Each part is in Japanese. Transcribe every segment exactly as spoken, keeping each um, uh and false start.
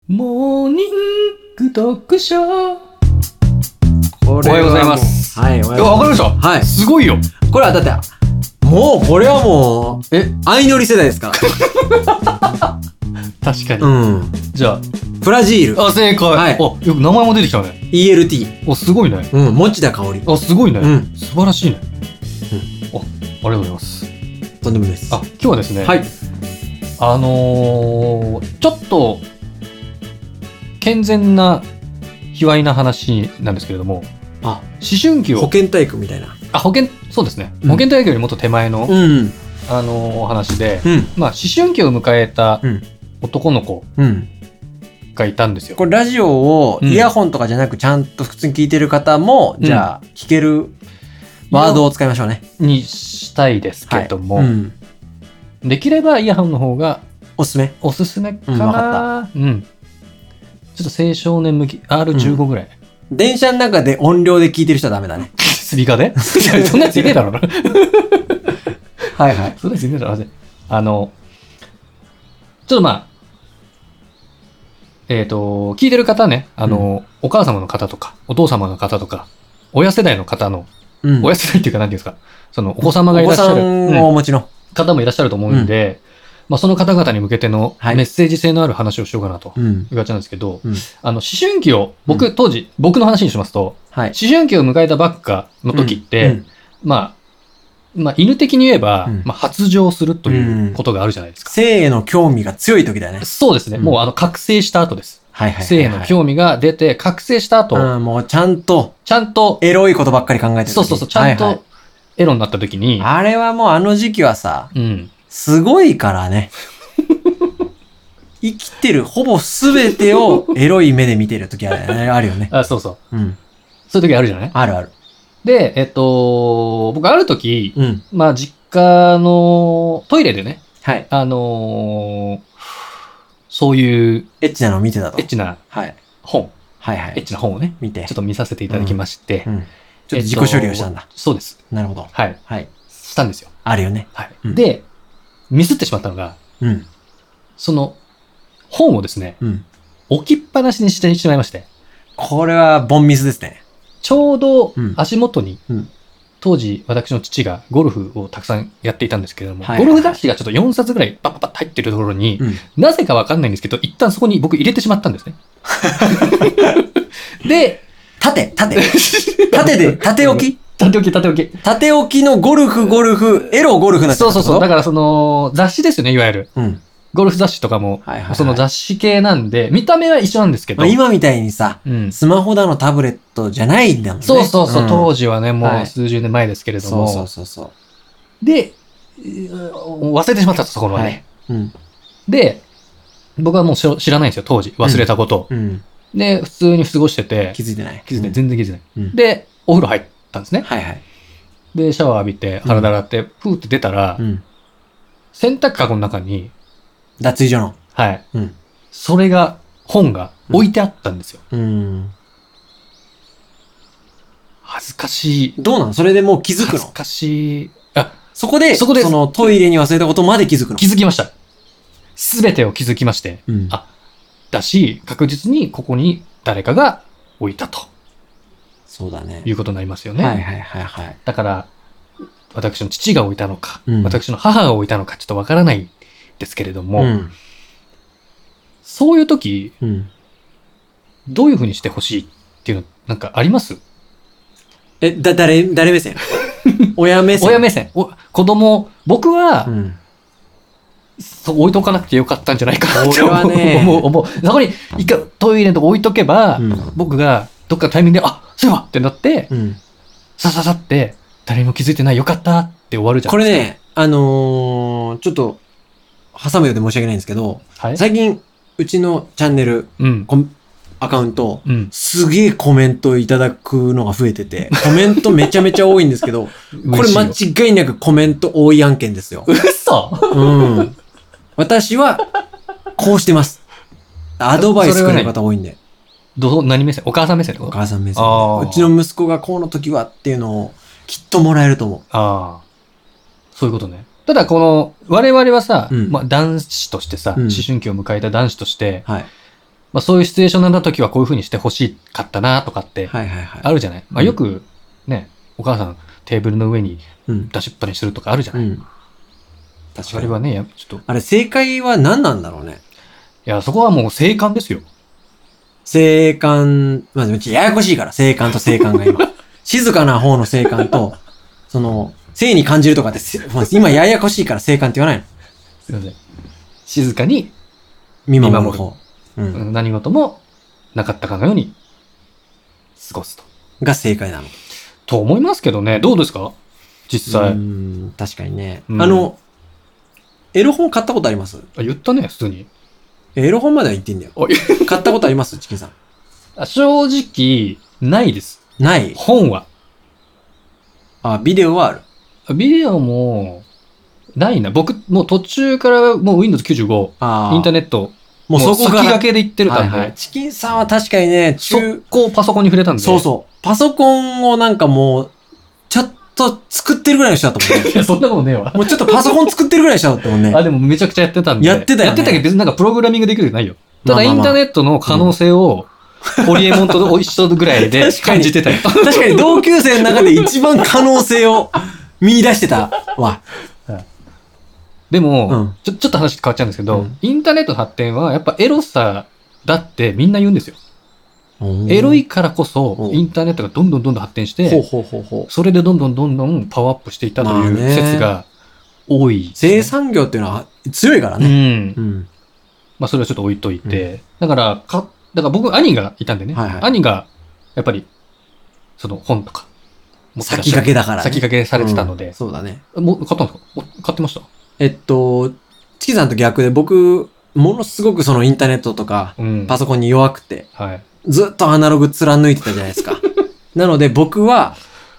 モーニング読書。 おおはようございます。 はい、おはようございます。わかりました。 はい。 すごいよ。 これはだって、もう、これはもう、 え、 相乗り世代ですから。 確かに。 うん。 じゃプラジール。 あ、あ、正解。 はいあ、よく名前も出てきたね。 イーエルティー。 お、すごいね。 うん、持田香織。 あ、すごいね。 うん。 素晴らしいね。うん。あ、ありがとうございます。 とんでもないです。 あ、今日はですね。 はい。 あのー、ちょっと、健全な、卑猥な話なんですけれども、 あ、 思春期を。 保健体育みたいな。 あ、保健、そうですね。 うん保健体育よりもっと手前の、 うん。 あのーお話で、 うん。 まあ、思春期を迎えたうん。 男の子うん。 がいたんですよ。 これラジオをうんイヤホンとかじゃなくちゃんと普通に聞いてる方も、 うんじゃあ聞けるワードを使いましょうね。 にしたいですけども、 はい、うん。 できればイヤホンの方がおすすめ。 おすすめかうんわな。うん。ちょっと青少年向き、アールじゅうご ぐらい。 電車の中で音量で聞いてる人はダメだね。 スピーカーでそんなやついねえだろうな。 はいはい。 そんなやついねえだろうな。あの、ちょっとまあ、えっ、と、聞いてる方ね、あの、お母様の方とか、お父様の方とか、親世代の方の、 うん。 親世代っていうか何ていうんですか、そのお子様がいらっしゃる、 お子さんをお持ちの。 方もいらっしゃると思うんで、まあその方々に向けてのはいメッセージ性のある話をしようかなとうん。 いう感じなんですけど、 うん。 あの思春期を、僕、 う当時、僕の話にしますと、 はい。 思春期を迎えたばっかの時って、 うん、 まあ、まあ犬的に言えば、 うんまあ発情するということがあるじゃないですか。 性への興味が強い時だよね。 そうですね。 うんもうあの覚醒した後です。 はいはいはいはい。 性への興味が出て、覚醒した後、 うん、もうちゃんと、 ちゃんと、 エロいことばっかり考えてる時。 そうそうそう、ちゃんはいはとエロになった時に、 いあれはもうあの時期はさ、 うん。 すごいからね。生きてる、ほぼ全てをエロい目で見てる時あるよね。あるよね。 あ、そうそう。 うん。 そういう時あるじゃないあるある。 で、えっと、僕ある時、 うん。 まあ実家のトイレでね、 はい。 あのーそういうエッチなのを見てたと。 エッチなはい。 本、 はいはい。 エッチな本をね、 見て。 ちょっと見させていただきまして、 うん。ちょっと自己処理をしたんだ。 えっとそうです。 なるほど。 はい。 はい。 したんですよ。 あるよね。 はい。 うんで、ミスってしまったのが、 うん。 その本をですね、 うん。 置きっぱなしにしてしまいまして、 これは、ボンミスですね。 ちょうどうん足元に、 うん当時私の父がゴルフをたくさんやっていたんですけれども、 はいはいはいゴルフ雑誌がちょっとよんさつぐらいパッパッパッと入ってるところに、 うん。 なぜかわかんないんですけど、一旦そこに僕入れてしまったんですね。で、 縦、縦。縦で、縦置き縦置き縦置き。 縦置きのゴルフ、ゴルフ、エロゴルフなっちゃったってことそうそうそう。だからその雑誌ですよね、いわゆる。 うん。 ゴルフ雑誌とかも、 はいはいはいその雑誌系なんで、見た目は一緒なんですけど。 まあ、今みたいにさ、 うん。 スマホだのタブレットじゃないんだもんね。 そうそうそう、 ん当時はね、もはいう数十年前ですけれども。 そうそうそうそう。 で、うん忘れてしまったと、そこはね。 はい。うん。 で、僕はもう知ら知らないんですよ、当時。忘れたことを。 うん。 で、普通に過ごしてて、 気づいてない。 気づいてない、 うん全然気づいてない。 うんで、お風呂入ったんですね。 はいはい。 で、シャワー浴びて、体洗って、ふーって出たら、 うん。 洗濯かごの中に、 脱衣所の。 はい。 うん。 それが、本が置いてあったんですよ。 うん。 恥ずかしい。 どうなのそれでもう気づくの恥ずかしい。あ、 そこで、 そこでそのトイレに忘れたことまで気づくの気づきました。すべてを気づきまして。 うん。 あだし、確実にここに誰かが置いたとそうだね。 いうことになりますよね。 はいはいはいはい。 だから、私の父が置いたのか、 うん私の母が置いたのかちょっとわからないですけれども、 うん。 そういう時、 うん。 どういうふうにしてほしいっていうの、なんかありますえ、だ、誰、誰目線親目線親目線。お子供、僕は、 うん。 そう置いとかなくてよかったんじゃないかなって思う。 俺はね思う、思う。そこに一回トイレのとこ置いとけば、 うん。 僕がどっかのタイミングで、あ、そういえばってなって、 うん。 さささって、誰も気づいてない、よかったって終わるじゃん。 これ、ね、あのー、ちょっと、挟むようで申し訳ないんですけど、 はい。 最近、うちのチャンネル、 うん。 コンアカウント、 うん。 すげえコメントいただくのが増えてて、コメントめちゃめちゃ多いんですけど、これ間違いなくコメント多い案件ですよ。 嘘うん。私は、こうしてます。アドバイスくれる方多いんで。 どう、何目線お母さん目線ってこおと母さん目線あーで。うちの息子がこうの時はっていうのを、きっともらえると思ああ。そういうことね。ただこの、我々はさ、 うんまあ男子としてさ、 うん思春期を迎えた男子として、 う。はい。 まあそういうシチュエーションになった時はこういう風にしてほしかったなとかってはいはいはい。 あるじゃない。まあよくね、お母さんテーブルの上にうん。 出しっぱにするとかあるじゃない。 うん。確かに。 あれはね、やちょっと、 あれ、正解は何なんだろうね。 いや、そこはもう静観ですよ。 静観、まあ、うちややこしいから、静観と静観が今。静かな方の静観と、その、静に感じるとかってせ、まあ今ややこしいから静観って言わないの。 すいません。静かに、 見守る方。う。 うんん何事もなかったかのように過ごすと。 が正解なの。 と思いますけどね。どうですか実際。 うーん、確かにね。 うんあの、エロ本買ったことあります？ あ、言ったね、普通に。 エロ本までは言ってんだよ。 あ買ったことありますチキンさん。 あ正直、ないです。 ない。 本は。 あ、ビデオはある。 ビデオも、ないな。僕、もう途中からもう ウィンドウズきゅうじゅうご、 ああ。 インターネット、 もうそこから。 先駆けで行ってるたんで、 はいはい。チキンさんは確かにね、中、 速攻パソコンに触れたんで。 そうそう。パソコンをなんかもう、ちょっと作ってるぐらいの人だったもんね。 いや、そんなことねえわ。 もうちょっとパソコン作ってるぐらいの人だったもんね。 あ、でもめちゃくちゃやってたんで。 やってたよねやってたけど別になんかプログラミングできるじゃないよ。ただまあまあまあインターネットの可能性を、ホリエモンと一緒ぐらいで確かに感じてたよ。 確かに同級生の中で一番可能性を見出してたわ。 でも、 うんちょ、ちょっと話変わっちゃうんですけど、 うんインターネットの発展はやっぱエロさだってみんな言うんですよ。エロい。 いからこそう、んインターネットがどんどんどんどん発展して、 ほうほうほうほう。 それでどんどんどんどんパワーアップしていったというまあね説が多いですね、 生産業っていうのは強いからうね。 ん。 うん。 まあそれはちょっと置いといて。だから、か、だから僕、兄がいたんでね。 はいはい兄が、やっぱり、その本とか、持ってらっしゃる先駆けだからね。 先駆けされてたのうんで。 そうだね。 もう買ったんですかお買ってましたえっと、チキさんと逆で僕、ものすごくそのインターネットとか、 うん。 パソコンに弱くて、 はい。 ずっとアナログ貫いてたじゃないですか。なので僕は、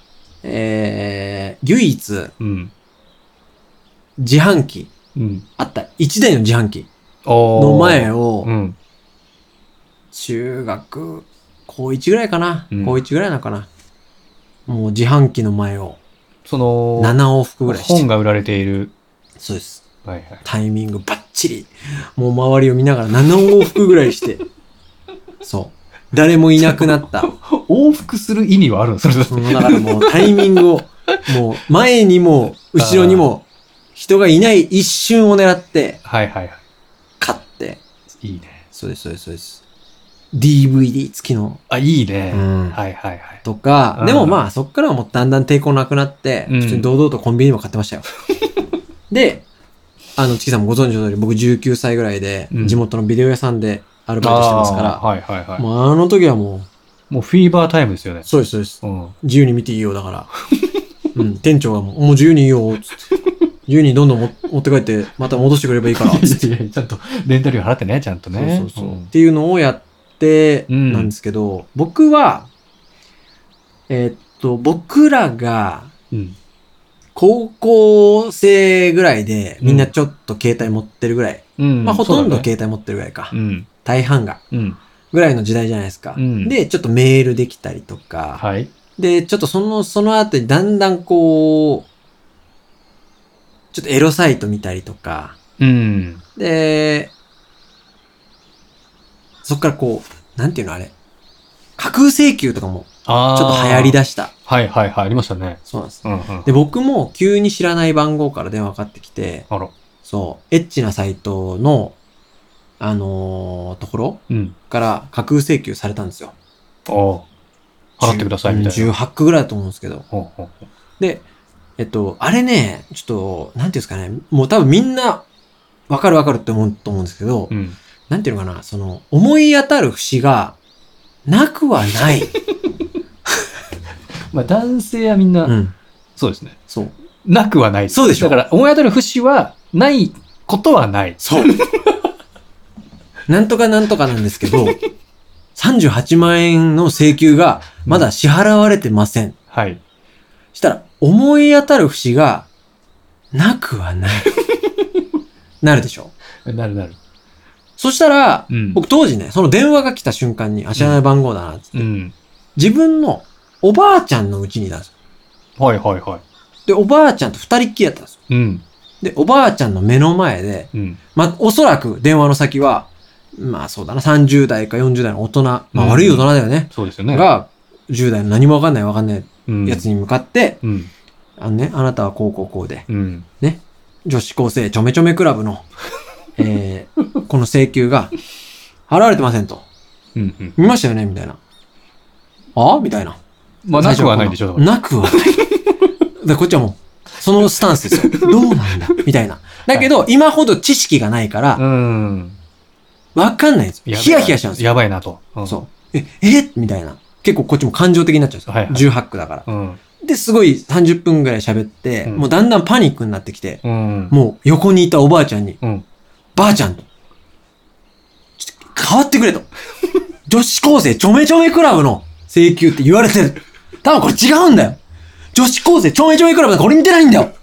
えー、唯一うん。 自販機、 うん。 あったいちだいの自販機おーの前をう、ん。 中学、高いちぐらいかな、 うん高いちぐらいなのかな。もう自販機の前をその、 なな往復ぐらいして。 本が売られている。 そうです。 はいはい。 タイミングバッチリ。もう周りを見ながらなな往復ぐらいして。そう。誰もいなくなった。 往復する意味はあるんですか？ うんだからもうタイミングを、もう前にも後ろにも人がいない一瞬を狙ってはいはいは買って。 い。いいね。 そうです、そうです、そうです。ディーブイディー 付きの。 あ、いいね。 うんはいはいはい。 とかう、んでもまあそっからはもうだんだん抵抗なくなって、 うん普通に堂々とコンビニでも買ってましたよ。で、あの、チキさんもご存知の通り、僕じゅうきゅうさいぐらいでうん地元のビデオ屋さんでアルバイトしてますから、 あーはいはいはい。 もうあの時はももうフィーバータイムですよねう、。そうです、そうです。 うん。 自由に見ていいよ、だから。うん、店長がもう、もう自由にいいよ、つって。自由にどんどんも持って帰って、また戻してくれればいいから、つって。 いやいやちゃんと、レンタル料払ってね、ちゃんとね。 そうそうそう。 んっていうのをやって、 うんなんですけど、僕は、えーっと、僕らが、 うん。 高校生ぐらいで、みんなちょっと携帯持ってるぐらい。 うん。 まあ、ほとんどそうだね携帯持ってるぐらいか。 うん。 大半が。 うん。 ぐらいの時代じゃないですか。 うんで、ちょっとメールできたりとか。 はい。 で、ちょっとその、その後にだんだんこう、ちょっとエロサイト見たりとか。 うん。 で、そっからこう、なんていうのあれ。架空請求とかもああ。 ちょっと流行り出した。 はいはいはい。ありましたね。 そうなんです。 うんうん。 で、僕も急に知らない番号から電話かかってきて、 あら。 そう、エッチなサイトの、あのーところうん。 から架空請求されたんですよ。 ああ。払ってくださいみたいじゅうな。 はち区ぐらいだと思うんですけど。 ほうほうほうで、えっと、あれね、ちょっと、なんていうんですかね、もう多分みんな、わかるわかるって思うと思うんですけど、 うん。 なんていうのかな、その、思い当たる節が、なくはない。 まあ男性はみんな、 うん。 そうですね。 そう。 なくはない。 そうでしょだから、思い当たる節はないことはない。 そう。なんとかなんとかなんですけど、さんじゅうはちまん円の請求がまだ支払われてません。 はい。 したら、思い当たる節がなくはない。なるでしょ。 なるなる。 そしたら、 うん。 僕当時ね、その電話が来た瞬間に、あ、知らない番号だなっつって、 うん。 自分のおばあちゃんの家にいたんですよ。 はいはいはい。 で、おばあちゃんと二人っきりだったんですよ。 うん。 で、おばあちゃんの目の前で、 うん。 ま、おそらく電話の先は、 まあそうだな、さんじゅう代かよんじゅう代の大人、まあうん悪い大人だよね。 そうですよね。 が、じゅう代の何もわかんないわかんないうんやつに向かって、 うん。 あのね、あなたはこうこうこうで、 うん。 ね、女子高生ちょめちょめクラブの、えー、この請求が払われてませんと。 うん。うん。 見ましたよねみたいな。あみたいな。 まあ、なくはないでしょ。 なくはない。で、こっちはもう、そのスタンスですよ。どうなんだみたいな。だけど、今ほど知識がないから、 うん。 わかんないんですよ。 やばいヒヤヒヤしちゃうんですよ。 やばいなと。うんそう。え、えみたいな。結構こっちも感情的になっちゃうんですよ。 はいはいじゅうはち区だから。 うん。 で、すごいさんじゅっぷんぐらい喋って、 うんもうだんだんパニックになってきて、 うん。 もう横にいたおばあちゃんに、 うん。 ばあちゃんと、ちょっと変わってくれと。女子高生ちょめちょめクラブの請求って言われてる。多分これ違うんだよ。女子高生ちょめちょめクラブなんか俺見てないんだよ。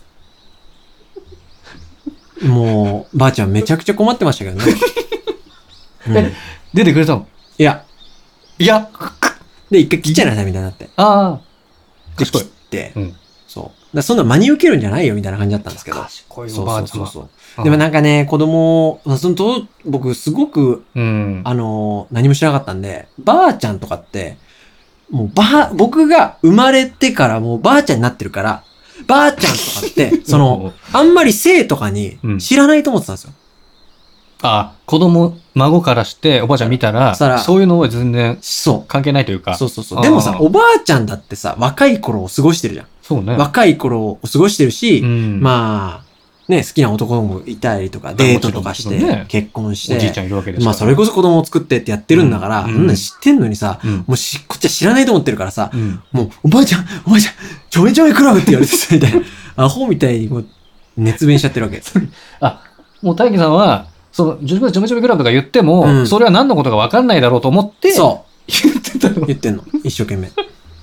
もう、ばあちゃんめちゃくちゃ困ってましたけどね。うんえ出てくれたの？ いや、 いや。 で、一回切っちゃいなさいみたいになって。 ああ。 で、切賢い。 って、 うん。 そう。だからそんな真に受けるんじゃないよみたいな感じだったんですけど。 賢いそうおばあちゃん。 そうそうそう。でもなんかね、子供、そのと僕すごく、 うん。 あの、何も知らなかったんで、ばあちゃんとかって、もうばあ、僕が生まれてからもうばあちゃんになってるから、ばあちゃんとかって、その、あんまり性とかに知らないと思ってたんですよ。 あ、子供、孫からしておばあちゃん見たら、 したらそういうのは全然そ関係ないというか。 う。そうそうそう。 あーでもさ、おばあちゃんだってさ、若い頃を過ごしてるじゃん。 そうね。 若い頃を過ごしてるし、 うん。 まあ、ね、好きな男もいたりとか、デートとかしもちろんねて、結婚して、 おじいちゃんいるわけですから。 まあそれこそ子供を作ってってやってるんだから、 うんそんなん知ってんのにさ、 うん。 もうし、こっちは知らないと思ってるからさ、 うん。 もう、おばあちゃん、おばあちゃん、ちょめちょめクラブって言われてさ、みたいな。アホみたいにもう熱弁しちゃってるわけです。 あ、もう大輝さんは、その、ジョちょめちょめクラブとか言っても、 うんそれは何のことか分かんないだろうと思って、 そ言ってたう。 の。 言ってんの。一生懸命。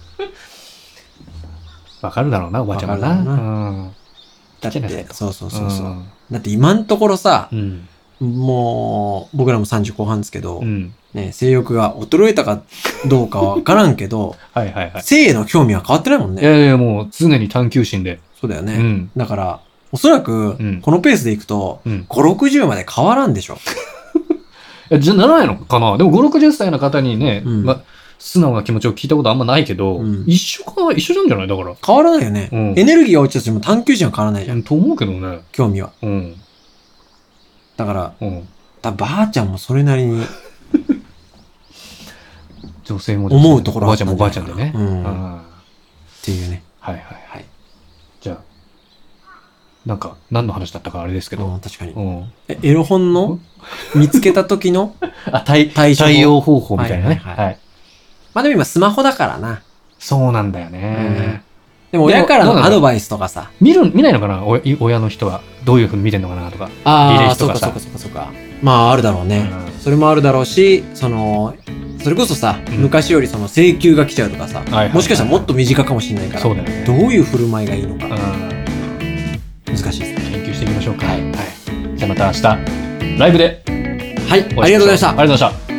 分かるだろうな、おばあちゃんはな。 わかるだろううん。 だって、そうそうそうそう。 んだって今のところさ、 うん。 もう、僕らもさんじゅう後半ですけど、 うん。 ね、性欲が衰えたかどうかはわからんけど、 はいはいはい。 性への興味は変わってないもんね。 いやいや、もう常に探求心で。 そうだよね。 うん。 だから、おそらくうん、 このペースでいくと、 うん。 ご、ろくじゅうまで変わらんでしょ。 えじゃならないのかなでもご、ろくじゅっさいの方にね、 うんま、素直な気持ちを聞いたことあんまないけど、 うん一緒か、一緒なんじゃないだから。 変わらないよね。 うんエネルギーが落ちたとしても探求心は変わらないじゃん。 と思うけどね。 興味は。 うん。 だから、 うん。 だばあちゃんもそれなりに女性も思うところおばあちゃんもおばあったんじゃないあちゃんでね。 うんあっていうね。 ーはいはい。 はい。 じゃあ、なんか、何の話だったかあれですけど。 うん確かに。 うん。 えエロ本の見つけた時のあ、対、 対処法対応方法みたいなね。 はいはいはいはい。 まあでも今スマホだからな。 そうなんだよね。 でも親からでもどうなののアドバイスとかさ。 見る、見ないのかなおい親の人は。どういうふうに見てんのかなとか。履ああ、 歴とかさそうかそうかそうかそうか。まああるだろうね。 うんそれもあるだろうし、その、それこそさ、 うん昔よりその請求が来ちゃうとかさ、 はいはいはいもしかしたらもっと身近かもしれないから、 そうだよね。 どういう振る舞いがいいのかうん。 難しいですね。 研究していきましょうか。 はいはい。じゃあまた明日、ライブではい、ありがとうございましたありがとうございました。